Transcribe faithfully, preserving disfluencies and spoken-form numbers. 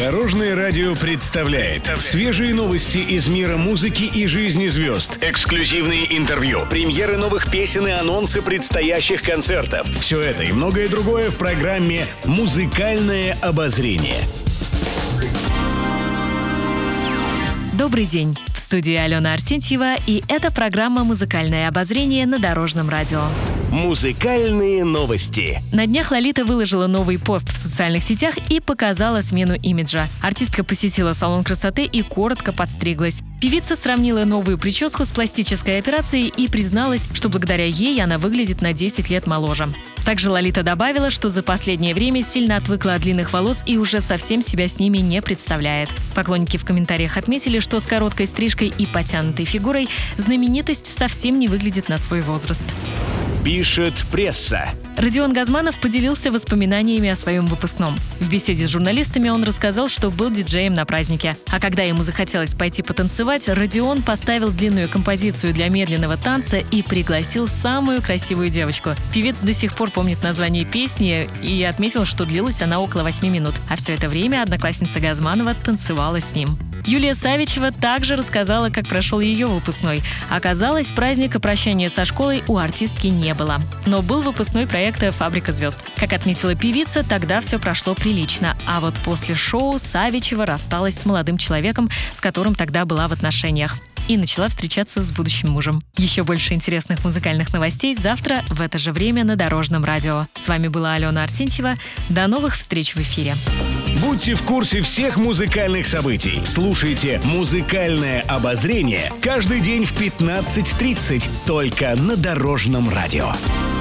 Дорожное радио представляет свежие новости из мира музыки и жизни звезд. Эксклюзивные интервью, премьеры новых песен и анонсы предстоящих концертов. Все это и многое другое в программе «Музыкальное обозрение». Добрый день! В студии Алена Арсентьева, и это программа «Музыкальное обозрение» на Дорожном радио. Музыкальные новости. На днях Лолита выложила новый пост в социальных сетях и показала смену имиджа. Артистка посетила салон красоты и коротко подстриглась. Певица сравнила новую прическу с пластической операцией и призналась, что благодаря ей она выглядит на десять лет моложе. Также Лолита добавила, что за последнее время сильно отвыкла от длинных волос и уже совсем себя с ними не представляет. Поклонники в комментариях отметили, что с короткой стрижкой и подтянутой фигурой знаменитость совсем не выглядит на свой возраст. Пишет пресса. Родион Газманов поделился воспоминаниями о своем выпускном. В беседе с журналистами он рассказал, что был диджеем на празднике. А когда ему захотелось пойти потанцевать, Родион поставил длинную композицию для медленного танца и пригласил самую красивую девочку. Певец до сих пор помнит название песни и отметил, что длилась она около восьми минут. А все это время одноклассница Газманова танцевала с ним. Юлия Савичева также рассказала, как прошел ее выпускной. Оказалось, праздника прощания со школой у артистки не было. Но был выпускной проекта «Фабрика звезд». Как отметила певица, тогда все прошло прилично. А вот после шоу Савичева рассталась с молодым человеком, с которым тогда была в отношениях. И начала встречаться с будущим мужем. Еще больше интересных музыкальных новостей завтра в это же время на Дорожном радио. С вами была Алена Арсентьева. До новых встреч в эфире. Будьте в курсе всех музыкальных событий. Слушайте «Музыкальное обозрение» каждый день в пятнадцать тридцать только на Дорожном радио.